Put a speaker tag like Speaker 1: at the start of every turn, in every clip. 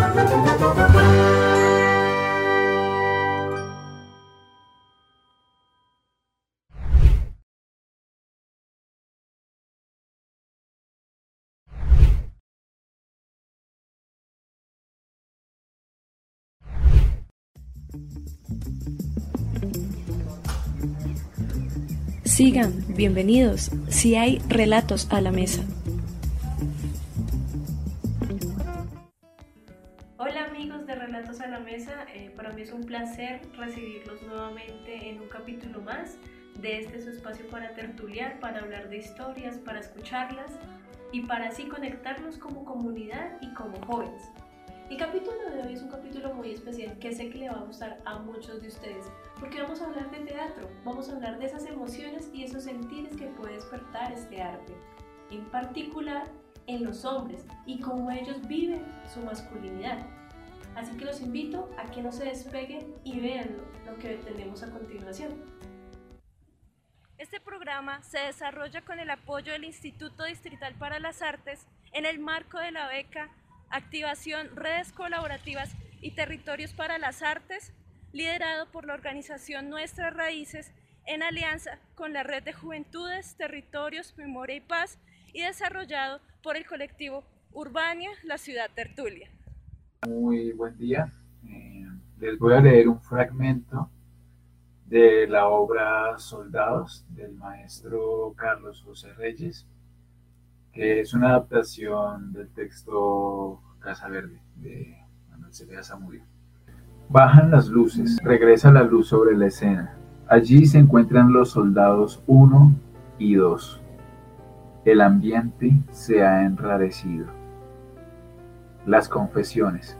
Speaker 1: Sigan, bienvenidos, si hay relatos a la mesa.
Speaker 2: Hola amigos de Relatos a la Mesa, para mí es un placer recibirlos nuevamente en un capítulo más de este su espacio para tertuliar, para hablar de historias, para escucharlas y para así conectarnos como comunidad y como jóvenes. El capítulo de hoy es un capítulo muy especial que sé que le va a gustar a muchos de ustedes porque vamos a hablar de teatro, vamos a hablar de esas emociones y esos sentires que puede despertar este arte, en particular en los hombres y cómo ellos viven su masculinidad. Así que los invito a que no se despeguen y vean lo que tenemos a continuación.
Speaker 3: Este programa se desarrolla con el apoyo del Instituto Distrital para las Artes en el marco de la beca Activación Redes Colaborativas y Territorios para las Artes, liderado por la organización Nuestras Raíces en alianza con la Red de Juventudes, Territorios, Memoria y Paz y desarrollado por el colectivo Urbania, la Ciudad Tertulia.
Speaker 4: Muy buen día. Les voy a leer un fragmento de la obra Soldados del maestro Carlos José Reyes, que es una adaptación del texto Casa Verde de Manuel Cepeda Zamudio. Bajan las luces, regresa la luz sobre la escena. Allí se encuentran los soldados 1 y 2. El ambiente se ha enrarecido. Las confesiones.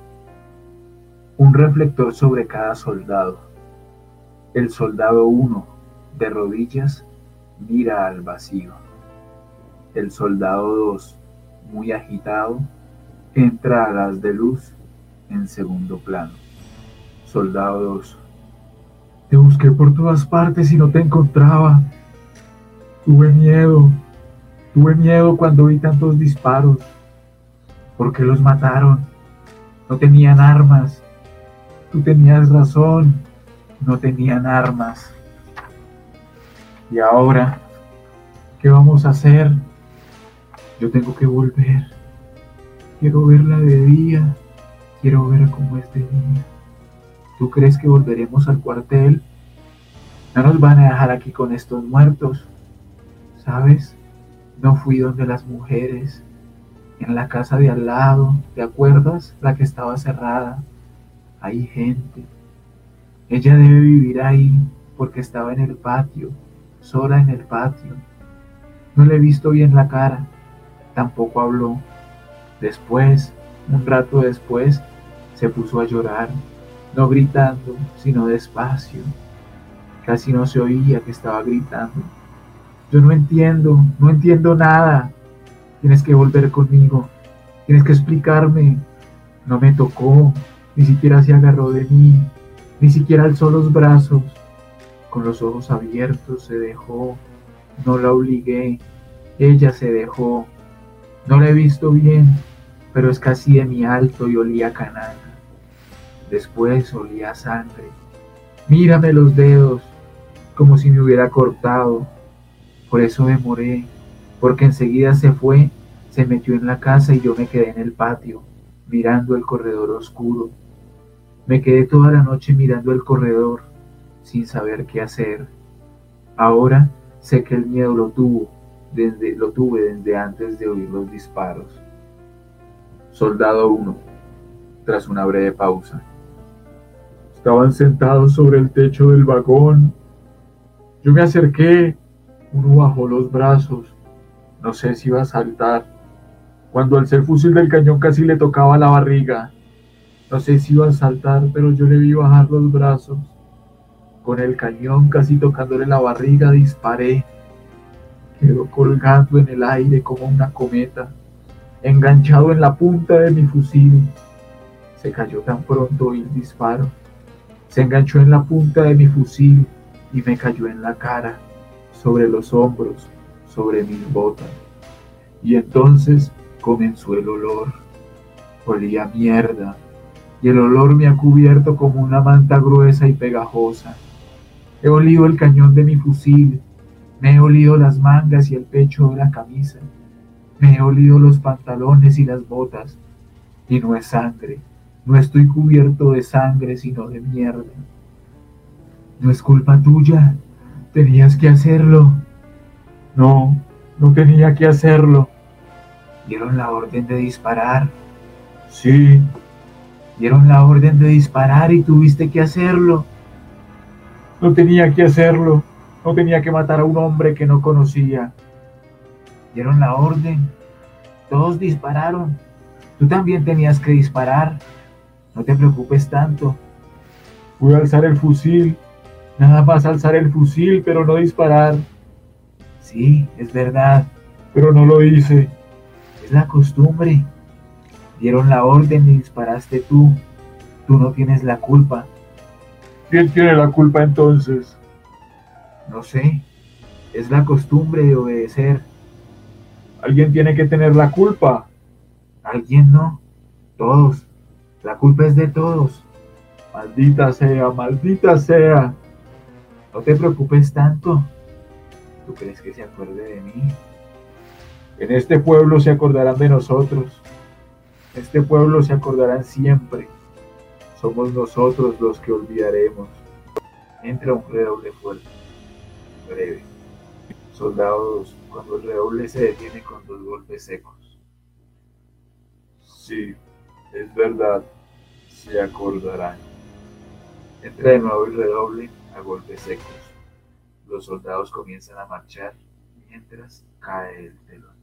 Speaker 4: Un reflector sobre cada soldado. El soldado 1, de rodillas, mira al vacío. El soldado 2, muy agitado, entra a haz de luz en segundo plano. Soldado 2. Te busqué por todas partes y no te encontraba. Tuve miedo cuando vi tantos disparos. ¿Por qué los mataron? No tenían armas. Tú tenías razón, no tenían armas. ¿Y ahora qué vamos a hacer? Yo tengo que volver. Quiero verla de día. Quiero ver cómo es de día. ¿Tú crees que volveremos al cuartel? No nos van a dejar aquí con estos muertos. ¿Sabes? No fui donde las mujeres. En la casa de al lado, ¿te acuerdas? La que estaba cerrada. Hay gente. Ella debe vivir ahí porque estaba en el patio, sola en el patio. No le he visto bien la cara. Tampoco habló. Después, un rato después, se puso a llorar, no gritando, sino despacio. Casi no se oía que estaba gritando. Yo no entiendo nada. Tienes que volver conmigo. Tienes que explicarme. No me tocó, ni siquiera se agarró de mí, ni siquiera alzó los brazos. Con los ojos abiertos se dejó. No la obligué. Ella se dejó. No la he visto bien, pero es casi de mi alto y olía a canal. Después olía a sangre. Mírame los dedos, como si me hubiera cortado. Por eso demoré, porque enseguida se fue, se metió en la casa y yo me quedé en el patio, mirando el corredor oscuro. Me quedé toda la noche mirando el corredor, sin saber qué hacer. Ahora sé que el miedo lo tuve desde antes de oír los disparos. Soldado 1, tras una breve pausa. Estaban sentados sobre el techo del vagón. Yo me acerqué. Uno bajó los brazos. No sé si iba a saltar. Cuando alcé el fusil del cañón casi le tocaba la barriga. No sé si iba a saltar, pero yo le vi bajar los brazos. Con el cañón casi tocándole la barriga disparé. Quedó colgando en el aire como una cometa, enganchado en la punta de mi fusil. Se cayó tan pronto oí el disparo. Se enganchó en la punta de mi fusil y me cayó en la cara, sobre los hombros, sobre mis botas. Y entonces comenzó el olor. Olía a mierda, y el olor me ha cubierto como una manta gruesa y pegajosa. He olido el cañón de mi fusil, me he olido las mangas y el pecho de la camisa, me he olido los pantalones y las botas, y no es sangre, no estoy cubierto de sangre, sino de mierda. No es culpa tuya, tenías que hacerlo. No, no tenía que hacerlo. ¿Dieron la orden de disparar? Sí. Dieron la orden de disparar y tuviste que hacerlo. No tenía que hacerlo. No tenía que matar a un hombre que no conocía. Dieron la orden. Todos dispararon. Tú también tenías que disparar. No te preocupes tanto. Voy a alzar el fusil. Nada más alzar el fusil, pero no disparar. Sí, es verdad, pero no lo hice. Es la costumbre. Dieron la orden y disparaste tú. Tú no tienes la culpa. ¿Quién tiene la culpa entonces? No sé. Es la costumbre de obedecer. Alguien tiene que tener la culpa. Alguien no. Todos. La culpa es de todos. Maldita sea, maldita sea. No te preocupes tanto. ¿Tú crees que se acuerde de mí? En este pueblo se acordarán de nosotros. Este pueblo se acordarán siempre. Somos nosotros los que olvidaremos. Entra un redoble fuerte, breve. Soldados, cuando el redoble se detiene con 2 golpes secos. Sí, es verdad, se acordarán. Entra de nuevo el redoble a golpes secos. Los soldados comienzan a marchar mientras cae el telón.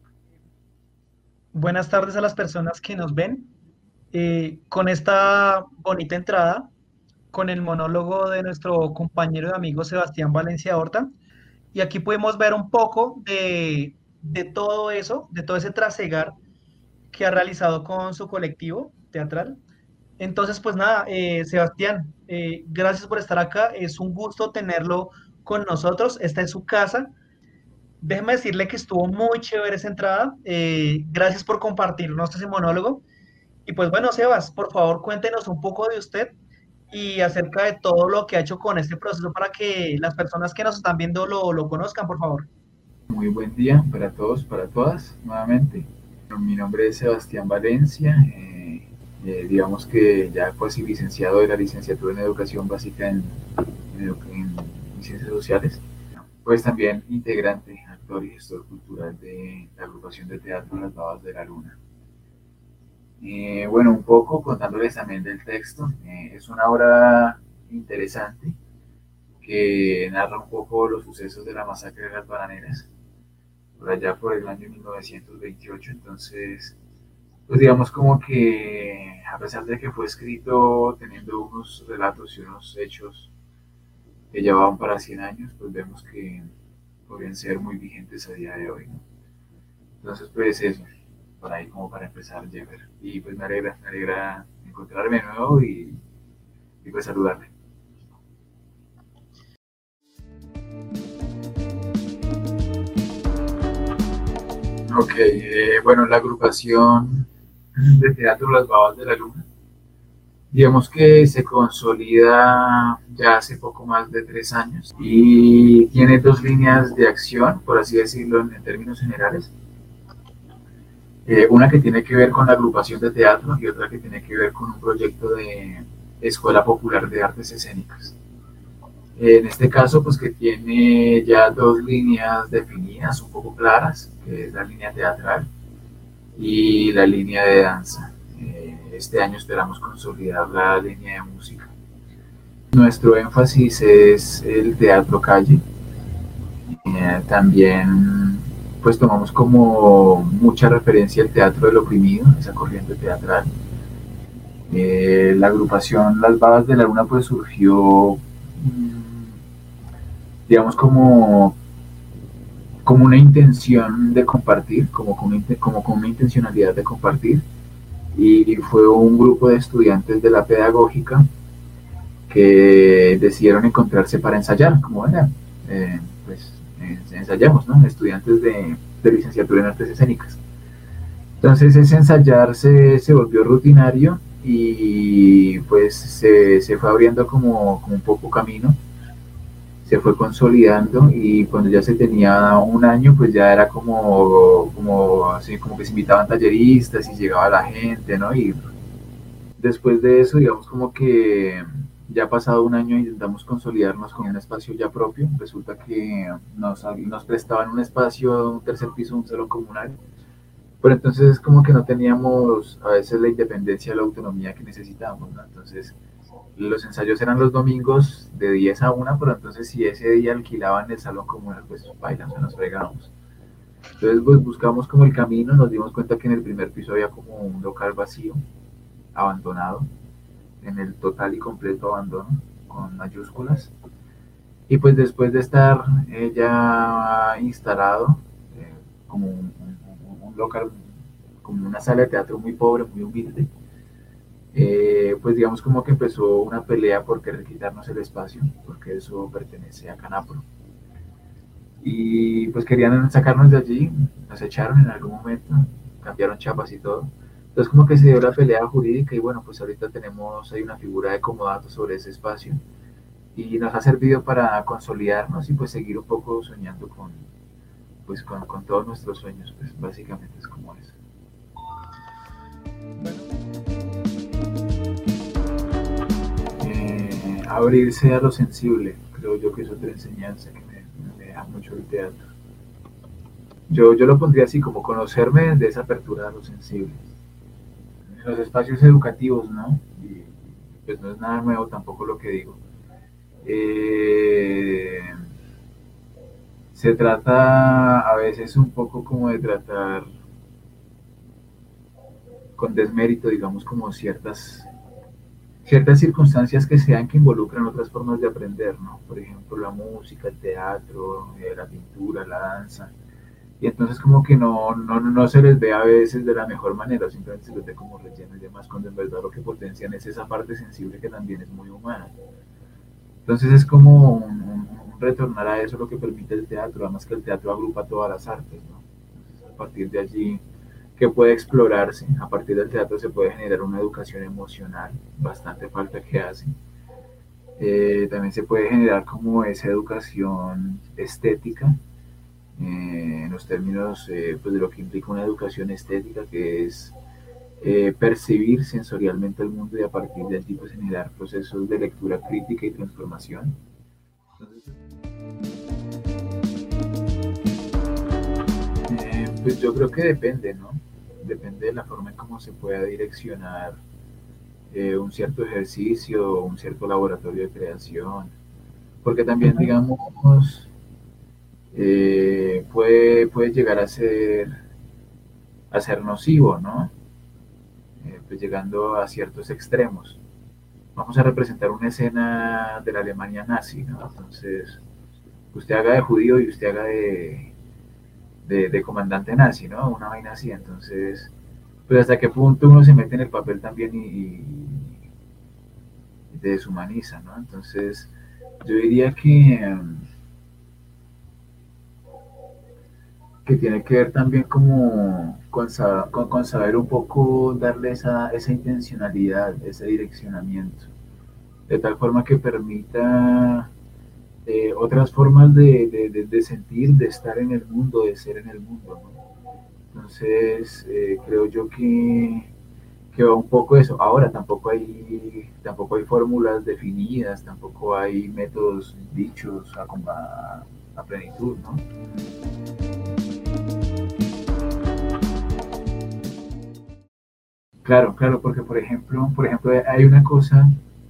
Speaker 5: Buenas tardes a las personas que nos ven. Con esta bonita entrada, con el monólogo de nuestro compañero y amigo Sebastián Valencia Horta, y aquí podemos ver un poco de todo eso, de todo ese trasegar que ha realizado con su colectivo teatral. Entonces, pues nada, Sebastián, gracias por estar acá, es un gusto tenerlo con nosotros, esta es su casa. Déjeme decirle que estuvo muy chévere esa entrada, gracias por compartirnos ese monólogo. Y pues bueno, Sebas, por favor cuéntenos un poco de usted y acerca de todo lo que ha hecho con este proceso para que las personas que nos están viendo lo conozcan, por favor.
Speaker 4: Muy buen día para todos, para todas, nuevamente. Mi nombre es Sebastián Valencia, digamos que ya casi licenciado de la licenciatura en Educación Básica en Ciencias Sociales, pues también integrante, actor y gestor cultural de la agrupación de teatro Las Babas de la Luna. Bueno, un poco contándoles también del texto, es una obra interesante que narra un poco los sucesos de la masacre de las bananeras, por allá por el año 1928, entonces, pues digamos como que a pesar de que fue escrito teniendo unos relatos y unos hechos que llevaban para 100 años, pues vemos que podrían ser muy vigentes a día de hoy, ¿no? Entonces, pues eso. Por ahí como para empezar, Jeffer. Y pues me alegra encontrarme de nuevo y pues saludarle. Ok, bueno, la agrupación de teatro Las Babas de la Luna, digamos que se consolida ya hace poco más de 3 años y tiene 2 líneas de acción, por así decirlo en términos generales. Una que tiene que ver con la agrupación de teatro y otra que tiene que ver con un proyecto de Escuela Popular de Artes Escénicas. En este caso, pues que tiene ya 2 líneas definidas, un poco claras, que es la línea teatral y la línea de danza. Este año esperamos consolidar la línea de música. Nuestro énfasis es el teatro calle. También pues tomamos como mucha referencia el teatro del oprimido, esa corriente teatral. La agrupación Las Babas de la Luna pues surgió, digamos, como una intención de compartir, como con una intencionalidad de compartir, y fue un grupo de estudiantes de la pedagógica que decidieron encontrarse para ensayar, como era, pues ensayamos, ¿no? Estudiantes de licenciatura en artes escénicas. Entonces ese ensayar se volvió rutinario y pues se fue abriendo como un poco camino, se fue consolidando y cuando ya se tenía un año pues ya era como así como que se invitaban talleristas y llegaba la gente, ¿no? Y después de eso, digamos como que ya pasado un año intentamos consolidarnos con un espacio ya propio. Resulta que nos prestaban un espacio, un tercer piso, un salón comunal. Pero entonces es como que no teníamos a veces la independencia, la autonomía que necesitábamos, ¿no? Entonces los ensayos eran los domingos de 10 a 1, pero entonces si ese día alquilaban el salón comunal, pues bailan, nos fregábamos. Entonces pues buscamos como el camino, nos dimos cuenta que en el primer piso había como un local vacío, abandonado, en el total y completo abandono, con mayúsculas. Y pues después de estar ya instalado como un local, como una sala de teatro muy pobre, muy humilde, pues digamos como que empezó una pelea por querer quitarnos el espacio, porque eso pertenece a Canapro. Y pues querían sacarnos de allí, nos echaron en algún momento, cambiaron chapas y todo. Entonces como que se dio la pelea jurídica y bueno, pues ahorita tenemos ahí una figura de comodato sobre ese espacio y nos ha servido para consolidarnos y pues seguir un poco soñando con todos nuestros sueños, pues básicamente es como eso. Abrirse a lo sensible, creo yo que es otra enseñanza que me deja mucho el teatro. Yo lo pondría así, como conocerme de esa apertura a lo sensible. En los espacios educativos, ¿no? Y pues no es nada nuevo tampoco lo que digo. Se trata a veces un poco como de tratar con desmérito, digamos, como ciertas circunstancias que sean que involucran otras formas de aprender, ¿no? Por ejemplo, la música, el teatro, la pintura, la danza. Y entonces como que no se les ve a veces de la mejor manera, simplemente se les ve como relleno y demás, cuando en verdad lo que potencian es esa parte sensible que también es muy humana. Entonces es como un retornar a eso lo que permite el teatro, además que el teatro agrupa todas las artes, ¿no? Entonces, a partir de allí, que puede explorarse, a partir del teatro se puede generar una educación emocional, bastante falta que hace. También se puede generar como esa educación estética, en los términos pues de lo que implica una educación estética, que es percibir sensorialmente el mundo y a partir de allí pues generar procesos de lectura crítica y transformación. Entonces, pues yo creo que depende, ¿no? Depende de la forma en cómo se pueda direccionar un cierto ejercicio, un cierto laboratorio de creación, porque también, digamos, puede llegar a ser nocivo, ¿no? Pues llegando a ciertos extremos. Vamos a representar una escena de la Alemania nazi, ¿no? Entonces, usted haga de judío y usted haga de comandante nazi, ¿no? Una vaina así. Entonces, pues hasta qué punto uno se mete en el papel también y deshumaniza, ¿no? Entonces, yo diría que tiene que ver también como con saber un poco darle esa intencionalidad, ese direccionamiento, de tal forma que permita otras formas de sentir, de estar en el mundo, de ser en el mundo, ¿no? Entonces, creo yo que va un poco eso. Ahora, tampoco hay fórmulas definidas, tampoco hay métodos dichos a plenitud, ¿no? Claro, porque por ejemplo hay una cosa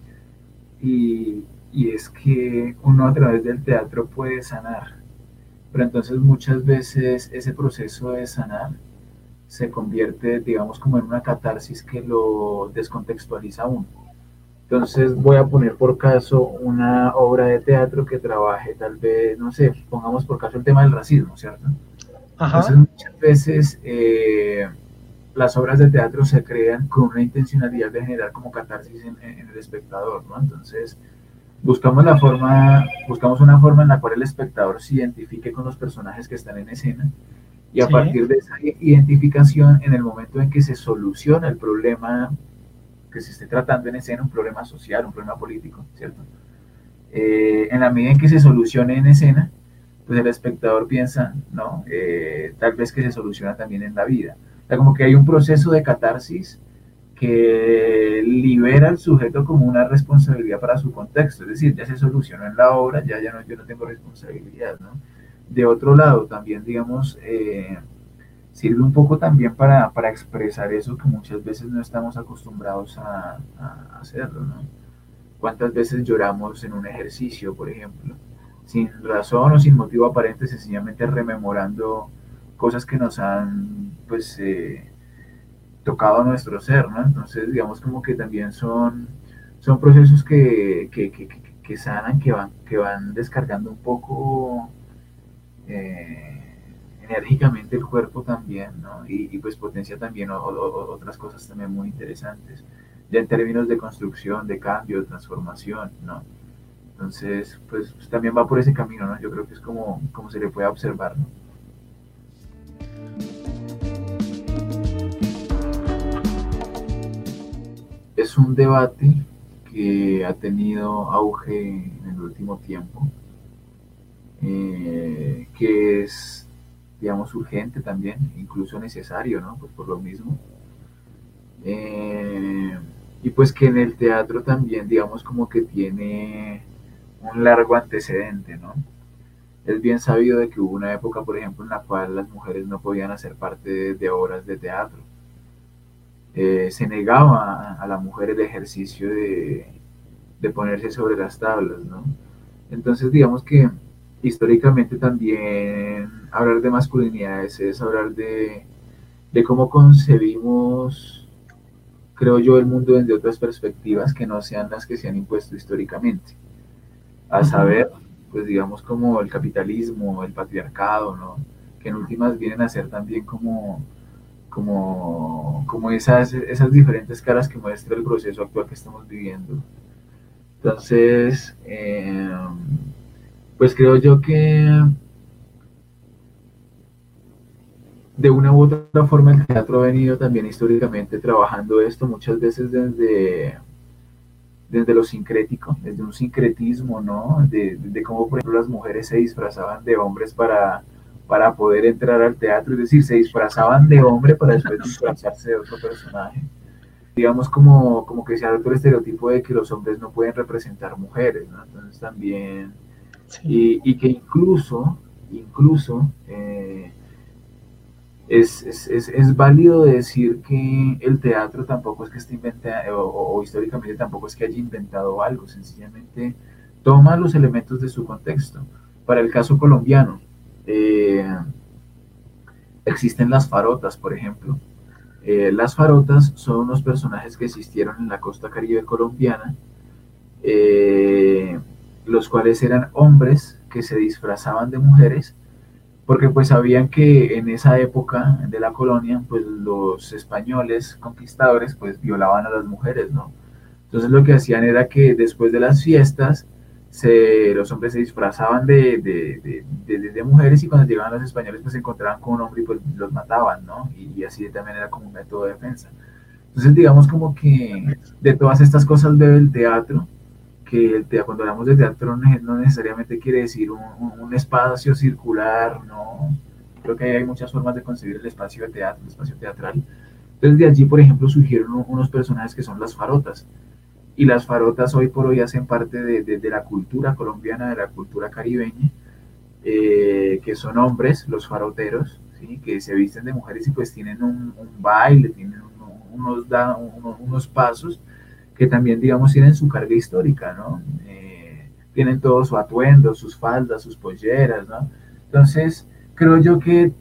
Speaker 4: y es que uno a través del teatro puede sanar, pero entonces muchas veces ese proceso de sanar se convierte, digamos, como en una catarsis que lo descontextualiza a uno. Entonces voy a poner por caso una obra de teatro que trabaje tal vez, no sé, pongamos por caso el tema del racismo, ¿cierto? Ajá. Entonces muchas veces las obras de teatro se crean con una intencionalidad de generar como catarsis en el espectador, ¿no? Entonces buscamos una forma en la cual el espectador se identifique con los personajes que están en escena y a partir de esa identificación, en el momento en que se soluciona el problema que se esté tratando en escena un problema social, un problema político, ¿cierto? En la medida en que se solucione en escena, pues el espectador piensa, ¿no? Tal vez que se soluciona también en la vida. O sea, como que hay un proceso de catarsis que libera al sujeto como una responsabilidad para su contexto, es decir, ya se solucionó en la obra, ya no, yo no tengo responsabilidad, ¿no? De otro lado, también, digamos, sirve un poco también para expresar eso que muchas veces no estamos acostumbrados a hacerlo, ¿no? ¿Cuántas veces lloramos en un ejercicio, por ejemplo? Sin razón o sin motivo aparente, sencillamente rememorando cosas que nos han, pues, tocado nuestro ser, ¿no? Entonces, digamos como que también son procesos que sanan, que van descargando un poco enérgicamente el cuerpo también, ¿no? Y pues potencia también otras cosas también muy interesantes, ya en términos de construcción, de cambio, de transformación, ¿no? Entonces, pues también va por ese camino, ¿no? Yo creo que es como se le puede observar, ¿no? Es un debate que ha tenido auge en el último tiempo, que es, digamos, urgente también, incluso necesario, ¿no? Pues por lo mismo. Y pues que en el teatro también, digamos, como que tiene un largo antecedente, ¿no? Es bien sabido de que hubo una época, por ejemplo, en la cual las mujeres no podían hacer parte de obras de teatro. Se negaba a la mujer el ejercicio de ponerse sobre las tablas, ¿no? Entonces, digamos que históricamente también hablar de masculinidades es hablar de cómo concebimos, creo yo, el mundo desde otras perspectivas que no sean las que se han impuesto históricamente. A saber, pues digamos como el capitalismo, el patriarcado, ¿no? Que en últimas vienen a ser también como esas diferentes caras que muestra el proceso actual que estamos viviendo. Entonces, pues creo yo que de una u otra forma el teatro ha venido también históricamente trabajando esto, muchas veces desde lo sincrético, desde un sincretismo, ¿no? De cómo, por ejemplo, las mujeres se disfrazaban de hombres para poder entrar al teatro, es decir, se disfrazaban de hombre para después disfrazarse de otro personaje. Digamos como que se adoptó el estereotipo de que los hombres no pueden representar mujeres, ¿no? Entonces también,
Speaker 5: Sí.
Speaker 4: y que incluso es válido decir que el teatro tampoco es que esté inventado, o históricamente tampoco es que haya inventado algo, sencillamente toma los elementos de su contexto. Para el caso colombiano, eh, existen las farotas, por ejemplo. Las farotas son unos personajes que existieron en la costa caribe colombiana, eh, los cuales eran hombres que se disfrazaban de mujeres porque pues sabían que en esa época de la colonia pues los españoles conquistadores pues violaban a las mujeres, ¿no? Entonces lo que hacían era que después de las fiestas los hombres se disfrazaban de mujeres y cuando llegaban los españoles pues se encontraban con un hombre y pues los mataban, ¿no? Y así también era como un método de defensa. Entonces digamos como que de todas estas cosas bebe el teatro, que cuando hablamos de teatro no necesariamente quiere decir un espacio circular, no. Creo que hay muchas formas de concebir el espacio de teatro, el espacio teatral. Entonces de allí, por ejemplo, surgieron unos personajes que son las farotas. Y las farotas hoy por hoy hacen parte de la cultura colombiana, de la cultura caribeña, que son hombres, los faroteros, ¿sí? Que se visten de mujeres y pues tienen un baile, tienen unos pasos que también, digamos, tienen su carga histórica, ¿no? Tienen todo su atuendo, sus faldas, sus polleras, ¿no? Entonces, creo yo que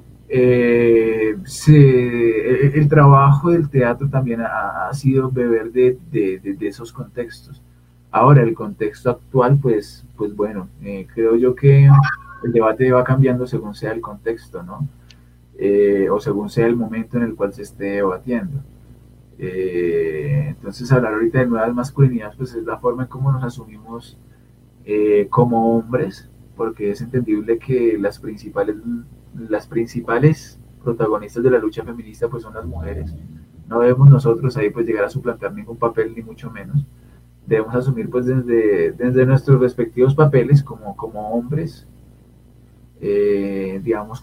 Speaker 4: el trabajo del teatro también ha sido beber de esos contextos. Ahora, el contexto actual, pues bueno, creo yo que el debate va cambiando según sea el contexto, ¿no? O según sea el momento en el cual se esté debatiendo. Entonces hablar ahorita de nuevas masculinidades pues es la forma en cómo nos asumimos como hombres, porque es entendible que las principales protagonistas de la lucha feminista pues son las mujeres, No debemos nosotros ahí pues llegar a suplantar ningún papel, ni mucho menos. Debemos asumir pues desde nuestros respectivos papeles como hombres, digamos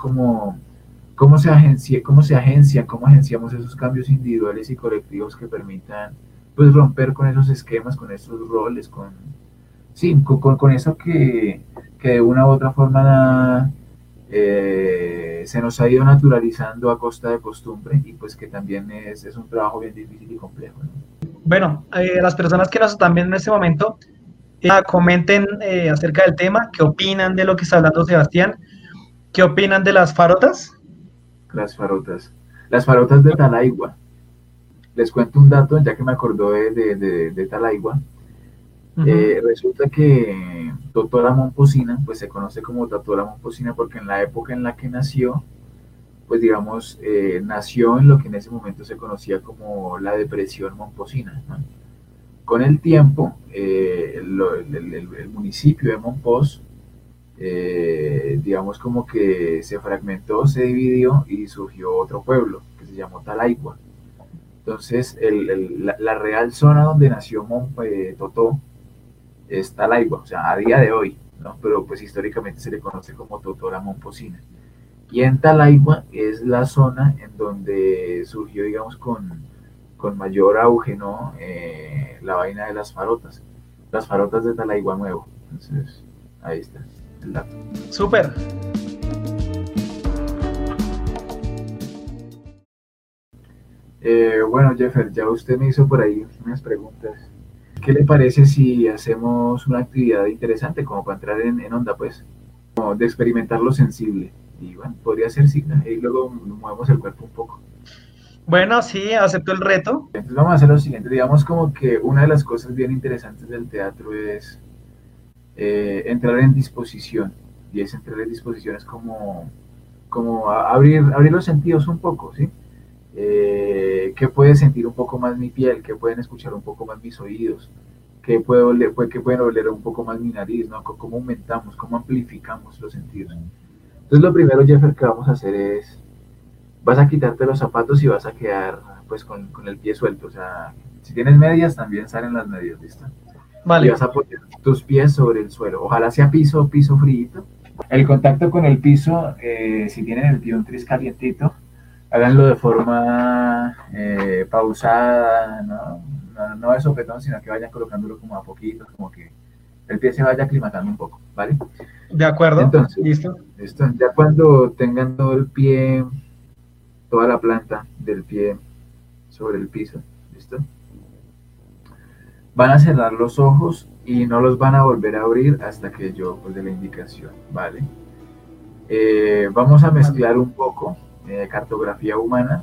Speaker 4: cómo agenciamos esos cambios individuales y colectivos que permitan pues romper con esos esquemas, con esos roles, sí, con eso que de una u otra forma se nos ha ido naturalizando a costa de costumbre y pues que también es un trabajo bien difícil y complejo, ¿no?
Speaker 5: Bueno, las personas que nos están viendo en este momento, comenten acerca del tema, qué opinan de lo que está hablando Sebastián, qué opinan de las farotas.
Speaker 4: Las farotas. Las farotas de Talaigua. Les cuento un dato, ya que me acordó de Talaigua. Resulta que Totora Momposina, pues se conoce como Totora Momposina porque en la época en la que nació, pues digamos, nació en lo que en ese momento se conocía como la depresión momposina, ¿no? Con el tiempo, el municipio de Mompox, digamos como que se fragmentó, se dividió y surgió otro pueblo que se llamó Talaigua. Entonces, la real zona donde nació Totó es Talaigua, o sea, a día de hoy, ¿no? Pero pues históricamente se le conoce como Totora Momposina. Y en Talaigua es la zona en donde surgió, digamos, con mayor auge, ¿no? La vaina de las farotas de Talaigua Nuevo. Entonces, ahí está el dato.
Speaker 5: Súper.
Speaker 4: Bueno, Jeffer, ya usted me hizo por ahí unas preguntas. ¿Qué le parece si hacemos una actividad interesante como para entrar en onda, pues? Como de experimentar lo sensible. Y bueno, podría ser sí, ¿no? Y luego movemos el cuerpo un poco.
Speaker 5: Bueno, sí, acepto el reto.
Speaker 4: Entonces vamos a hacer lo siguiente, digamos como que una de las cosas bien interesantes del teatro es entrar en disposición, y es entrar en disposición es como abrir los sentidos un poco, ¿sí? ¿Qué puede sentir un poco más mi piel? ¿Qué pueden escuchar un poco más mis oídos? ¿Qué pueden oler un poco más mi nariz? ¿No? ¿Cómo aumentamos, cómo amplificamos los sentidos? Entonces lo primero, Jeffer, que vamos a hacer es, vas a quitarte los zapatos y vas a quedar pues con el pie suelto, o sea, si tienes medias también salen las medias, ¿listo?
Speaker 5: Vale.
Speaker 4: Y vas a poner tus pies sobre el suelo, ojalá sea piso frío. El contacto con el piso, si tienen el pie un tris calientito, háganlo de forma pausada, no de sopetón, sino que vayan colocándolo como a poquito, como que el pie se vaya aclimatando un poco, ¿vale?
Speaker 5: De acuerdo.
Speaker 4: Entonces,
Speaker 5: listo.
Speaker 4: Ya cuando tengan todo el pie, toda la planta del pie sobre el piso, ¿listo? Van a cerrar los ojos y no los van a volver a abrir hasta que yo pues dé la indicación, ¿vale? Vamos a mezclar un poco cartografía humana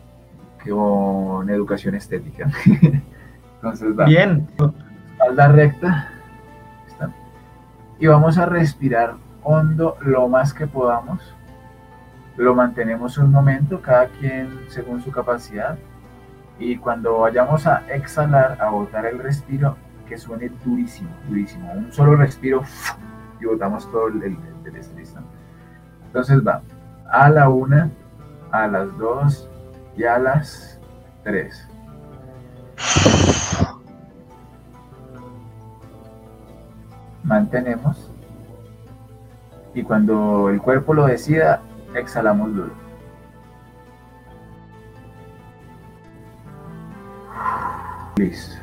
Speaker 4: con educación estética. Entonces va.
Speaker 5: Bien.
Speaker 4: Espalda recta. ¿Está? Y vamos a respirar hondo lo más que podamos. Lo mantenemos un momento, cada quien según su capacidad. Y cuando vayamos a exhalar, a botar el respiro, que suene durísimo, durísimo. Un solo respiro y botamos todo el listo. Entonces va. A la 1, a las 2 y a las 3. Mantenemos. Y cuando el cuerpo lo decida, exhalamos duro. Listo.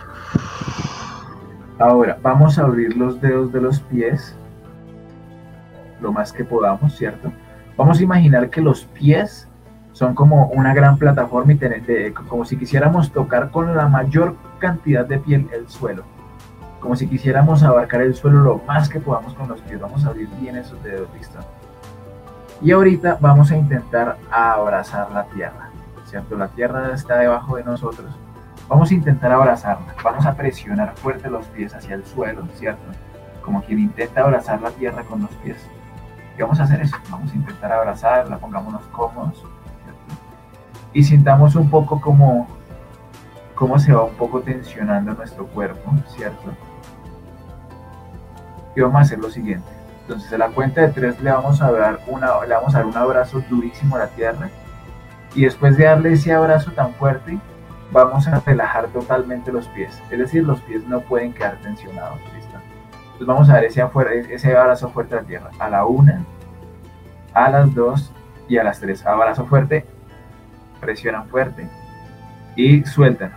Speaker 4: Ahora vamos a abrir los dedos de los pies lo más que podamos, ¿cierto? Vamos a imaginar que los pies son como una gran plataforma y como si quisiéramos tocar con la mayor cantidad de piel el suelo. Como si quisiéramos abarcar el suelo lo más que podamos con los pies. Vamos a abrir bien esos dedos, ¿listo? Y ahorita vamos a intentar abrazar la tierra, ¿cierto? La tierra está debajo de nosotros. Vamos a intentar abrazarla. Vamos a presionar fuerte los pies hacia el suelo, ¿cierto? Como quien intenta abrazar la tierra con los pies. Y vamos a hacer eso. Vamos a intentar abrazarla, pongámonos cómodos, ¿cierto? Y sintamos un poco cómo se va un poco tensionando nuestro cuerpo, ¿cierto? Y vamos a hacer lo siguiente. Entonces a la cuenta de 3 le vamos a dar un abrazo durísimo a la tierra. Y después de darle ese abrazo tan fuerte, vamos a relajar totalmente los pies. Es decir, los pies no pueden quedar tensionados. ¿Listo? Entonces vamos a dar ese abrazo fuerte a la tierra. A la 1, a las 2 y a las 3. Abrazo fuerte, presionan fuerte y sueltan.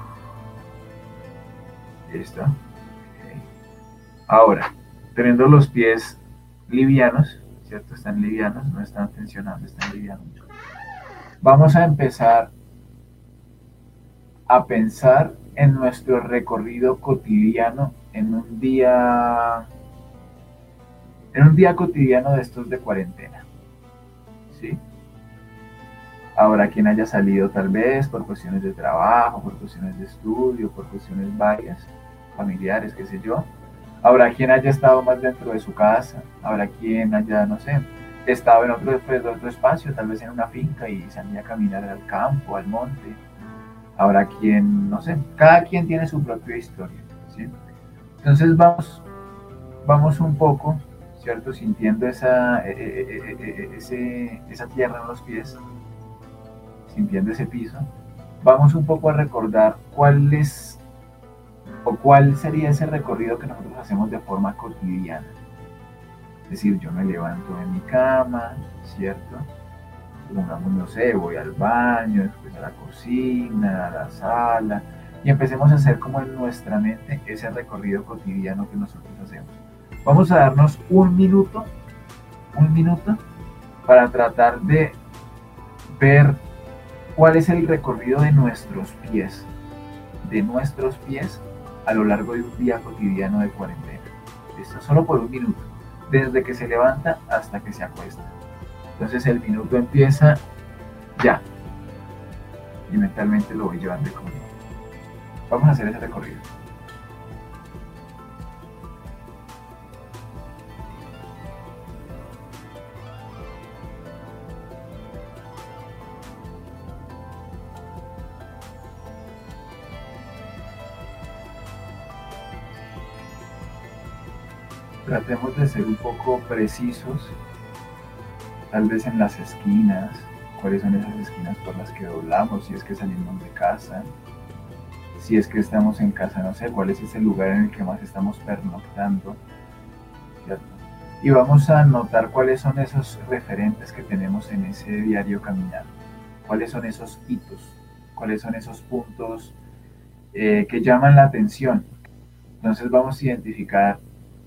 Speaker 4: ¿Listo? Okay. Ahora, teniendo los pies livianos, ¿cierto? Están livianos, no están tensionados, están livianos. Vamos a empezar a pensar en nuestro recorrido cotidiano en un día cotidiano de estos de cuarentena, ¿sí? Ahora, quien haya salido tal vez por cuestiones de trabajo, por cuestiones de estudio, por cuestiones varias, familiares, qué sé yo. Habrá quien haya estado más dentro de su casa, habrá quien haya, no sé, estado en otro espacio, tal vez en una finca y salía a caminar al campo, al monte. Habrá quien, no sé, cada quien tiene su propia historia, ¿sí? Entonces vamos un poco, ¿cierto? Sintiendo esa tierra en los pies, sintiendo ese piso, vamos un poco a recordar cuál sería ese recorrido que nosotros hacemos de forma cotidiana. Es decir, yo me levanto de mi cama, ¿cierto? Pongamos, no sé, voy al baño, después a la cocina, a la sala, y empecemos a hacer como en nuestra mente ese recorrido cotidiano que nosotros hacemos. Vamos a darnos un minuto para tratar de ver cuál es el recorrido de nuestros pies a lo largo de un día cotidiano de cuarentena. Esto solo por un minuto, desde que se levanta hasta que se acuesta. Entonces el minuto empieza ya, y mentalmente lo voy llevando conmigo. Vamos a hacer ese recorrido. Tratemos de ser un poco precisos, tal vez en las esquinas, cuáles son esas esquinas por las que doblamos, si es que salimos de casa, si es que estamos en casa, no sé, cuál es ese lugar en el que más estamos pernoctando, ¿cierto? Y vamos a notar cuáles son esos referentes que tenemos en ese diario caminar, cuáles son esos hitos, cuáles son esos puntos que llaman la atención. Entonces vamos a identificar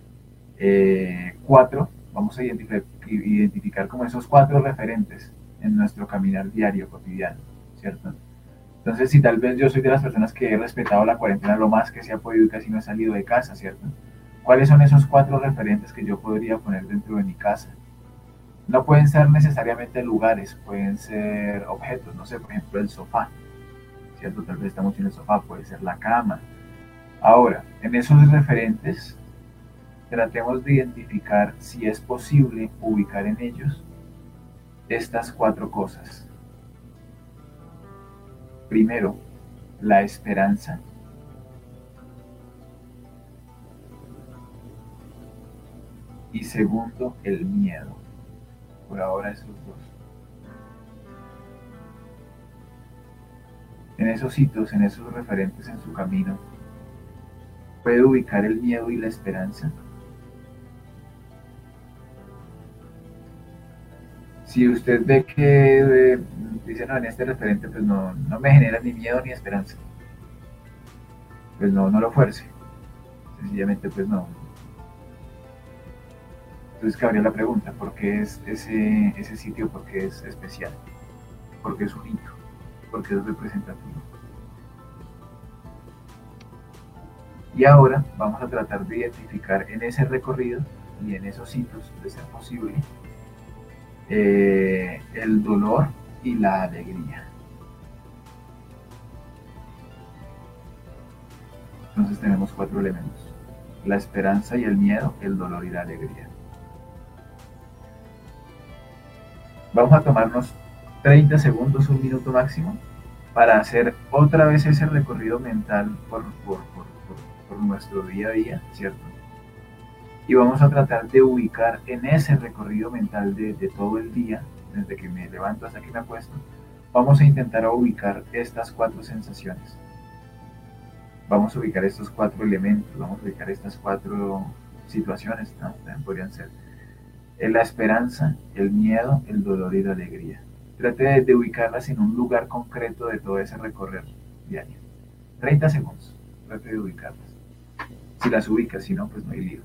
Speaker 4: vamos a identificar como esos 4 referentes en nuestro caminar diario, cotidiano, ¿cierto? Entonces, si tal vez yo soy de las personas que he respetado la cuarentena lo más que se ha podido y casi no he salido de casa, ¿cierto? ¿Cuáles son esos 4 referentes que yo podría poner dentro de mi casa? No pueden ser necesariamente lugares, pueden ser objetos, no sé, por ejemplo, el sofá, ¿cierto? Tal vez estamos en el sofá, puede ser la cama. Ahora, en esos referentes, tratemos de identificar si es posible ubicar en ellos estas 4 cosas. Primero, la esperanza. Y segundo, el miedo. Por ahora esos 2. En esos hitos, en esos referentes en su camino, ¿puede ubicar el miedo y la esperanza? Si usted ve que dice, no, en este referente pues no me genera ni miedo ni esperanza, pues no lo fuerce, sencillamente pues no. Entonces cabría la pregunta, ¿por qué es ese sitio? ¿Por qué es especial? ¿Por qué es un hito? ¿Por qué es representativo? Y ahora vamos a tratar de identificar en ese recorrido y en esos hitos, de ser posible, el dolor y la alegría. Entonces tenemos 4 elementos: la esperanza y el miedo, el dolor y la alegría. Vamos a tomarnos 30 segundos, un minuto máximo, para hacer otra vez ese recorrido mental por nuestro día a día, ¿cierto? Y vamos a tratar de ubicar en ese recorrido mental de todo el día, desde que me levanto hasta que me acuesto, Vamos a intentar ubicar estas 4 sensaciones. Vamos a ubicar estos 4 elementos, vamos a ubicar estas 4 situaciones, ¿no? También podrían ser la esperanza, el miedo, el dolor y la alegría. Trate de ubicarlas en un lugar concreto de todo ese recorrer diario. 30 segundos, trate de ubicarlas. Si las ubicas, si no, pues no hay lío.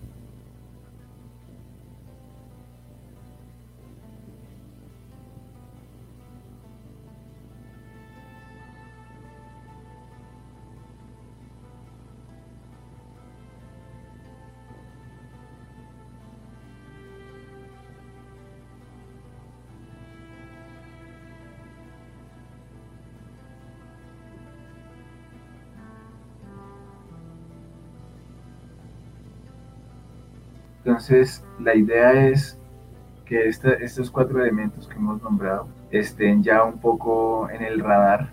Speaker 4: Entonces, la idea es que estos 4 elementos que hemos nombrado estén ya un poco en el radar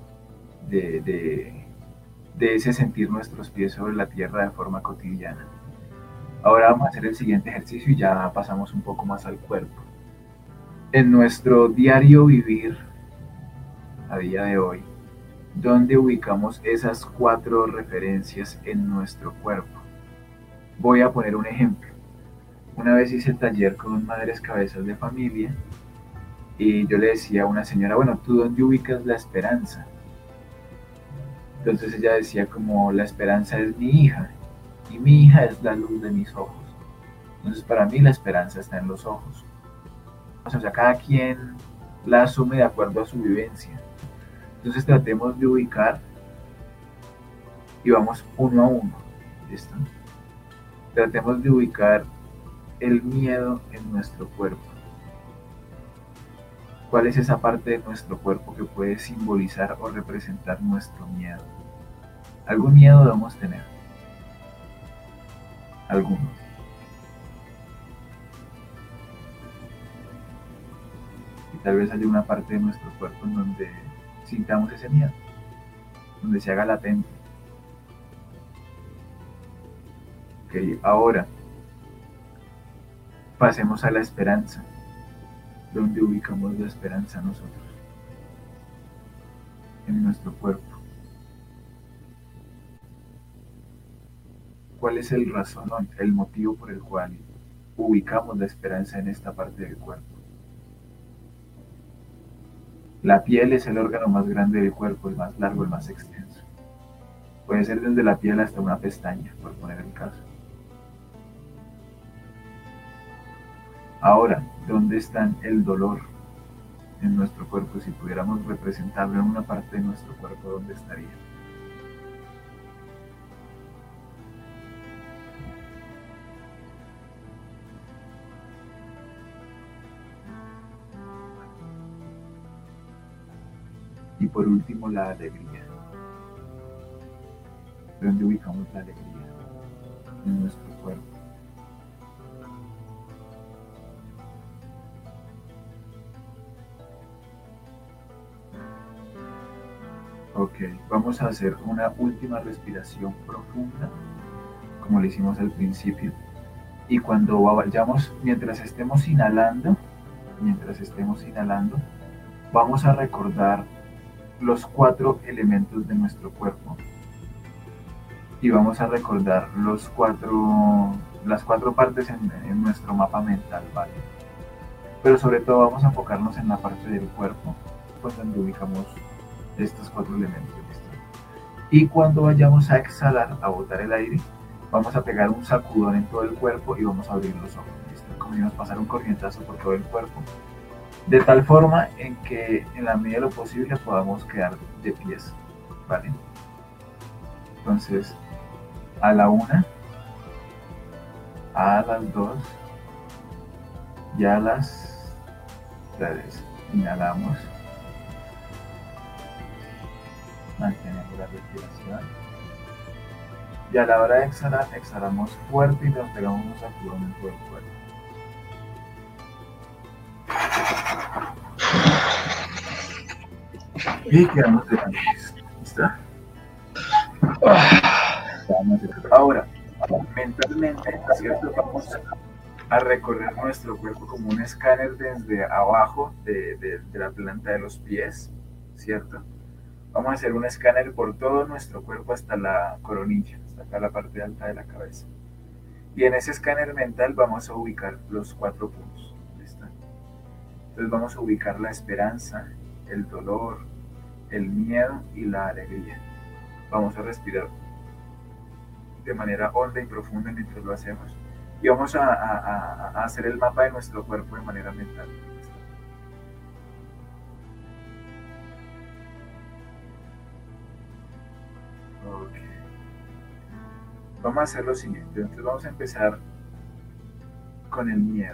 Speaker 4: de ese sentir nuestros pies sobre la tierra de forma cotidiana. Ahora vamos a hacer el siguiente ejercicio y ya pasamos un poco más al cuerpo. En nuestro diario vivir, a día de hoy, ¿dónde ubicamos esas 4 referencias en nuestro cuerpo? Voy a poner un ejemplo. Una vez hice taller con madres cabezas de familia y yo le decía a una señora, bueno, ¿tú dónde ubicas la esperanza? Entonces ella decía como, la esperanza es mi hija y mi hija es la luz de mis ojos. Entonces para mí la esperanza está en los ojos. O sea, cada quien la asume de acuerdo a su vivencia. Entonces tratemos de ubicar y vamos uno a uno. ¿Listo? Tratemos de ubicar el miedo en nuestro cuerpo. ¿Cuál es esa parte de nuestro cuerpo que puede simbolizar o representar nuestro miedo? ¿Algún miedo debemos tener? ¿Alguno? Y tal vez haya una parte de nuestro cuerpo en donde sintamos ese miedo, donde se haga latente. Ok, ahora pasemos a la esperanza. ¿Dónde ubicamos la esperanza nosotros? En nuestro cuerpo. ¿Cuál es el razón, el motivo por el cual ubicamos la esperanza en esta parte del cuerpo? La piel es el órgano más grande del cuerpo, el más largo, el más extenso. Puede ser desde la piel hasta una pestaña, por poner el caso. Ahora, ¿dónde está el dolor en nuestro cuerpo? Si pudiéramos representarlo en una parte de nuestro cuerpo, ¿dónde estaría? Y por último, la alegría. ¿Dónde ubicamos la alegría en nuestro cuerpo? Ok, vamos a hacer una última respiración profunda, como lo hicimos al principio. Y cuando vayamos, mientras estemos inhalando, vamos a recordar los 4 elementos de nuestro cuerpo. Y vamos a recordar las 4 partes en nuestro mapa mental, ¿vale? Pero sobre todo vamos a enfocarnos en la parte del cuerpo, pues donde ubicamos estos 4 elementos. ¿Listo? Y cuando vayamos a exhalar, a botar el aire, vamos a pegar un sacudón en todo el cuerpo y vamos a abrir los ojos. ¿Listo? Como si nos pasara un corrientazo por todo el cuerpo, de tal forma en que en la medida de lo posible podamos quedar de pies, ¿vale? Entonces, a la 1, a las 2 y a las 3. Inhalamos. Mantenemos la respiración. Y a la hora de exhalar, exhalamos fuerte y nos pegamos un sacudón en todo el cuerpo. Y quedamos de antes. ¿Listo? Ahora, mentalmente, ¿cierto? Vamos a recorrer nuestro cuerpo como un escáner desde abajo de la planta de los pies ¿cierto? Vamos a hacer un escáner por todo nuestro cuerpo hasta la coronilla, hasta acá la parte alta de la cabeza. Y en ese escáner mental vamos a ubicar los 4 puntos. ¿Listo? Entonces vamos a ubicar la esperanza, el dolor, el miedo y la alegría. Vamos a respirar de manera honda y profunda mientras lo hacemos. Y vamos a hacer el mapa de nuestro cuerpo de manera mental. Ok. Vamos a hacer lo siguiente. Entonces vamos a empezar con el miedo.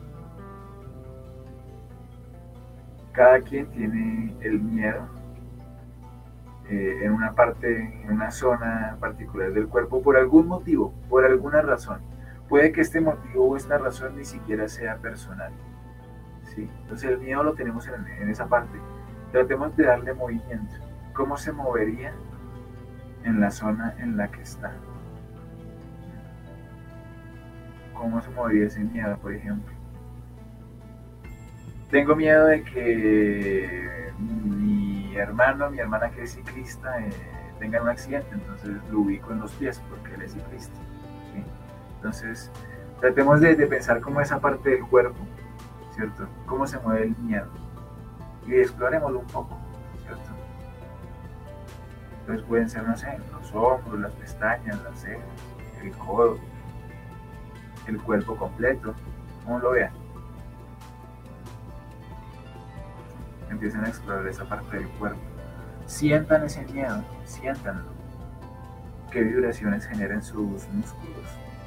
Speaker 4: Cada quien tiene el miedo en una parte, en una zona particular del cuerpo por algún motivo, por alguna razón. Puede que este motivo o esta razón ni siquiera sea personal. ¿Sí? Entonces el miedo lo tenemos en esa parte. Tratemos de darle movimiento. ¿Cómo se movería en la zona en la que está? ¿Cómo se movería ese miedo, por ejemplo? Tengo miedo de que mi hermano, mi hermana que es ciclista, tengan un accidente, entonces lo ubico en los pies porque él es ciclista. ¿Sí? Entonces, tratemos de pensar como esa parte del cuerpo, ¿cierto? Cómo se mueve el miedo. Y explorémoslo un poco, ¿cierto? Entonces pueden ser, no sé, los hombros, las pestañas, las cejas, el codo, el cuerpo completo, como lo vean. Empiecen a explorar esa parte del cuerpo. Sientan ese miedo, siéntanlo. ¿Qué vibraciones generan sus músculos?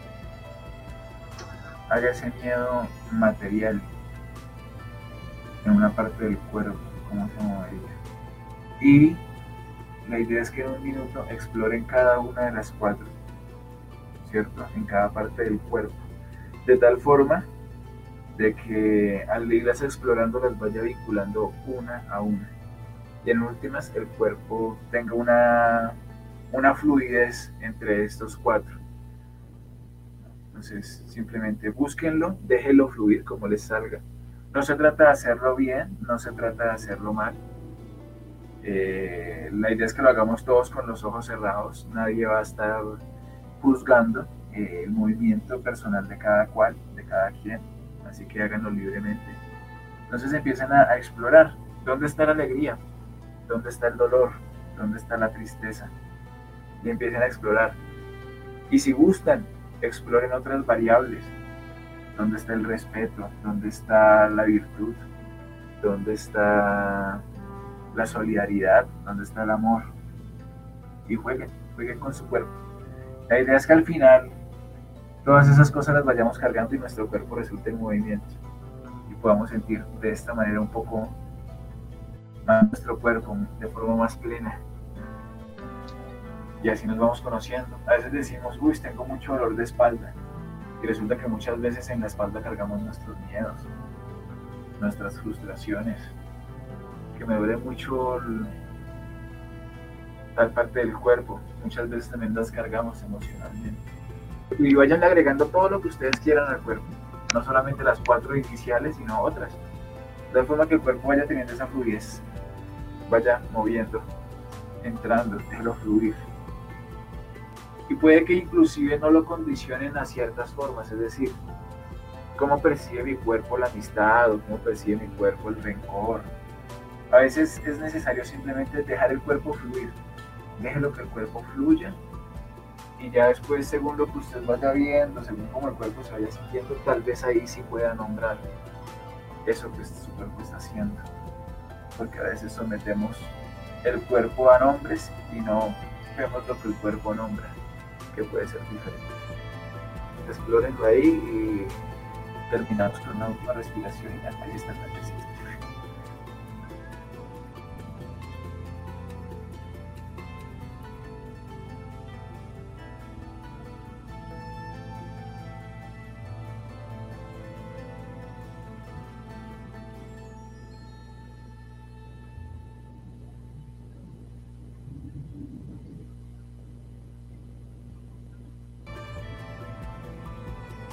Speaker 4: Haga ese miedo material en una parte del cuerpo, cómo se movería. Y la idea es que en un minuto exploren cada una de las 4, ¿cierto? En cada parte del cuerpo. De tal forma de que al irlas explorando las vaya vinculando una a una. Y en últimas el cuerpo tenga una fluidez entre estos 4. Entonces simplemente búsquenlo, déjenlo fluir como les salga. No se trata de hacerlo bien, no se trata de hacerlo mal. La idea es que lo hagamos todos con los ojos cerrados. Nadie va a estar juzgando el movimiento personal de cada cual, de cada quien. Así que háganlo libremente. Entonces empiezan a explorar. ¿Dónde está la alegría? ¿Dónde está el dolor? ¿Dónde está la tristeza? Y empiecen a explorar. Y si gustan, exploren otras variables. ¿Dónde está el respeto? ¿Dónde está la virtud? ¿Dónde está la solidaridad? ¿Dónde está el amor? Y jueguen con su cuerpo. La idea es que al final todas esas cosas las vayamos cargando y nuestro cuerpo resulte en movimiento y podamos sentir de esta manera un poco más nuestro cuerpo de forma más plena. Y así nos vamos conociendo. A veces decimos, uy, tengo mucho dolor de espalda. Y resulta que muchas veces en la espalda cargamos nuestros miedos, nuestras frustraciones, que me duele mucho tal parte del cuerpo. Muchas veces también las cargamos emocionalmente. Y vayan agregando todo lo que ustedes quieran al cuerpo, no solamente las 4 iniciales, sino otras, de forma que el cuerpo vaya teniendo esa fluidez, vaya moviendo, entrando, déjelo fluir. Y puede que inclusive no lo condicionen a ciertas formas, es decir, cómo percibe mi cuerpo la amistad o cómo percibe mi cuerpo el rencor. A veces es necesario simplemente dejar el cuerpo fluir, déjelo que el cuerpo fluya. Y ya después, según lo que usted vaya viendo, según cómo el cuerpo se vaya sintiendo, tal vez ahí sí pueda nombrar eso que su cuerpo está haciendo. Porque a veces sometemos el cuerpo a nombres y no vemos lo que el cuerpo nombra, que puede ser diferente. Explórenlo ahí y terminamos con una última respiración y ahí está el ejercicio.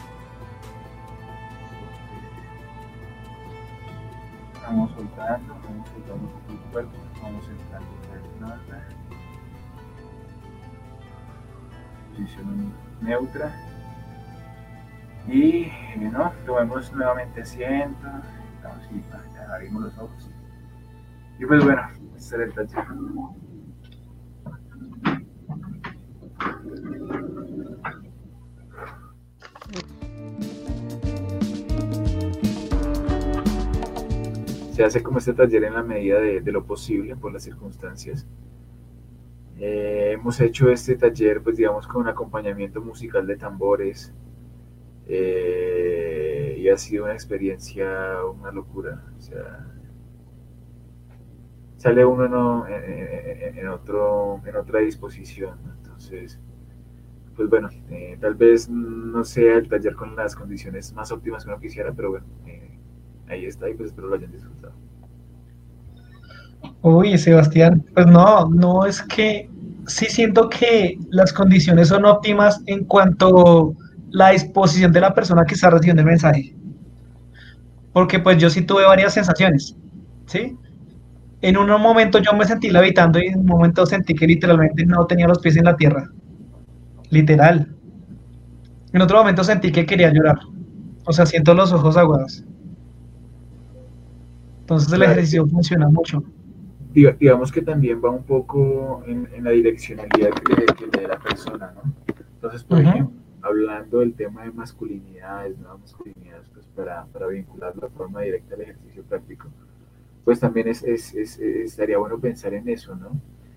Speaker 4: Vamos soltando. relajamos, soltamos un poco el cuerpo, vamos entrando en nada, posición neutra y no, tomemos nuevamente asiento, abrimos los ojos y pues bueno, este era el taller. Se hace como este taller en la medida de lo posible por las circunstancias. Hemos hecho este taller, pues digamos, con un acompañamiento musical de tambores y ha sido una experiencia, una locura. O sea, sale uno en otra disposición, ¿no? Entonces, pues bueno, tal vez no sea el taller con las condiciones más óptimas que uno quisiera, pero bueno, ahí está y pues espero lo hayan disfrutado.
Speaker 5: Uy, Sebastián, pues no es que sí siento que las condiciones son óptimas en cuanto a la disposición de la persona que está recibiendo el mensaje. Porque pues yo sí tuve varias sensaciones, ¿sí? En un momento yo me sentí levitando y en un momento sentí que literalmente no tenía los pies en la tierra. Literal. En otro momento sentí que quería llorar. O sea, siento los ojos aguados. Entonces el ejercicio funciona mucho.
Speaker 4: Digamos que también va un poco en la direccionalidad que le dé la persona, ¿no? Entonces, por ejemplo, hablando del tema de masculinidades, nuevas masculinidades, pues para vincularlo de forma directa al ejercicio práctico, pues también estaría bueno pensar en eso, ¿no?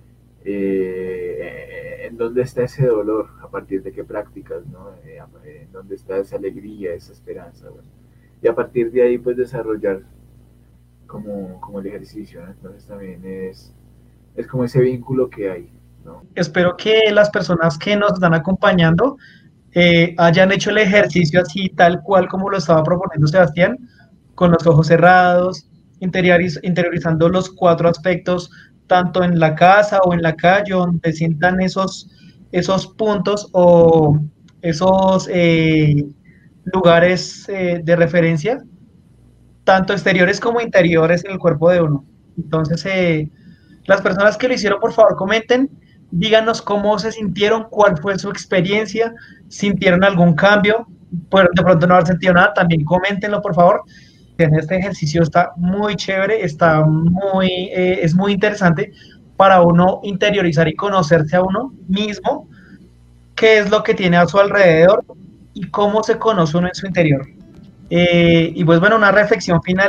Speaker 4: En dónde está ese dolor, a partir de qué prácticas, ¿no? En dónde está esa alegría, esa esperanza, bueno. Y a partir de ahí, pues desarrollar como el ejercicio, ¿no? Entonces también es como ese vínculo que hay, ¿no?
Speaker 5: Espero que las personas que nos están acompañando hayan hecho el ejercicio así, tal cual como lo estaba proponiendo Sebastián, con los ojos cerrados, interiorizando los 4 aspectos, tanto en la casa o en la calle, donde sientan esos puntos o esos lugares de referencia, tanto exteriores como interiores en el cuerpo de uno. Entonces, las personas que lo hicieron, por favor, comenten, díganos cómo se sintieron, cuál fue su experiencia, sintieron algún cambio, de pronto no haber sentido nada, también coméntenlo, por favor. Este ejercicio está muy chévere, es muy interesante para uno interiorizar y conocerse a uno mismo, qué es lo que tiene a su alrededor y cómo se conoce uno en su interior. Y pues bueno, una reflexión final.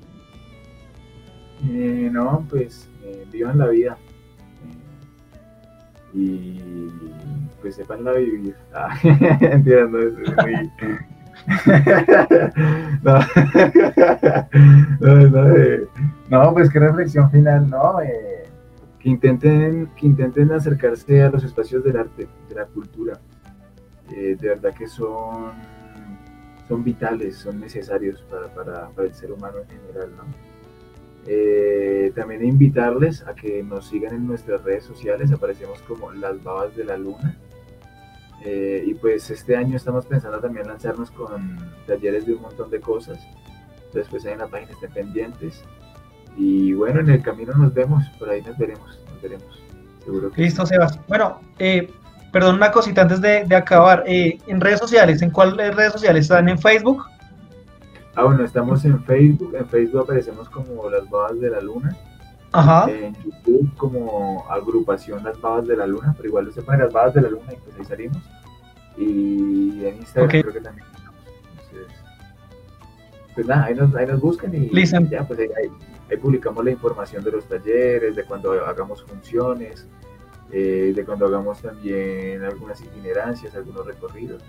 Speaker 4: No, pues vivan la vida y pues sepanla vivir. Entiendo, es muy... no, pues qué reflexión final, ¿no? Que intenten acercarse a los espacios del arte, de la cultura. De verdad que son vitales, son necesarios para el ser humano en general, ¿no? También invitarles a que nos sigan en nuestras redes sociales, aparecemos como Las Babas de la Luna. Y pues este año estamos pensando también lanzarnos con talleres de un montón de cosas. Después ahí en la página estén pendientes. Y bueno, en el camino nos vemos, por ahí nos veremos. Seguro que
Speaker 5: listo, Sebas. Bueno, perdón, una cosita antes de acabar. En redes sociales, ¿en cuáles redes sociales están? ¿En Facebook?
Speaker 4: Bueno, estamos en Facebook. En Facebook aparecemos como Las Babas de la Luna.
Speaker 5: Ajá.
Speaker 4: En YouTube como agrupación Las Babas de la Luna, pero igual se pone Las Babas de la Luna y pues ahí salimos. Y en Instagram creo que también estamos. Entonces, pues nada, ahí nos buscan y ya, pues ahí publicamos la información de los talleres, de cuando hagamos funciones, de cuando hagamos también algunas itinerancias, algunos recorridos.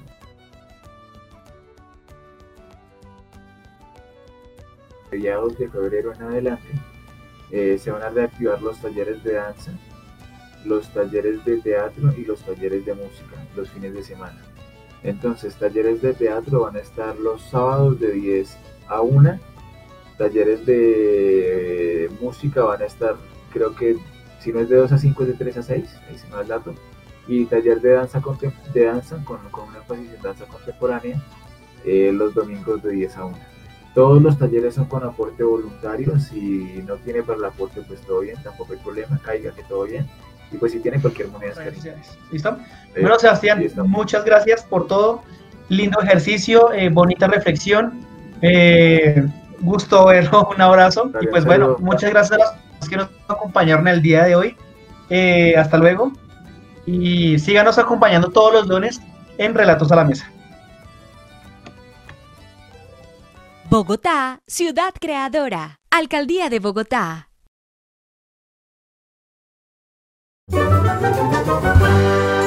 Speaker 4: Mediados de febrero en adelante se van a reactivar los talleres de danza, los talleres de teatro y los talleres de música los fines de semana. Entonces, talleres de teatro van a estar los sábados de 10 a 1, talleres de música van a estar, creo que si no es de 2 a 5 es de 3 a 6, ahí se me da el dato, y taller de danza con un énfasis en danza contemporánea los domingos de 10 a 1. Todos los talleres son con aporte voluntario. Si no tiene para el aporte, pues todo bien, tampoco hay problema, caiga que todo bien. Y pues si tiene cualquier moneda,
Speaker 5: ¿Listo? Bueno, Sebastián, muchas gracias por todo. Lindo ejercicio, bonita reflexión. Gusto verlo, un abrazo. Dale, y pues bueno, muchas gracias a los que nos acompañaron el día de hoy. Hasta luego. Y síganos acompañando todos los lunes en Relatos a la Mesa.
Speaker 6: Bogotá, ciudad creadora. Alcaldía de Bogotá.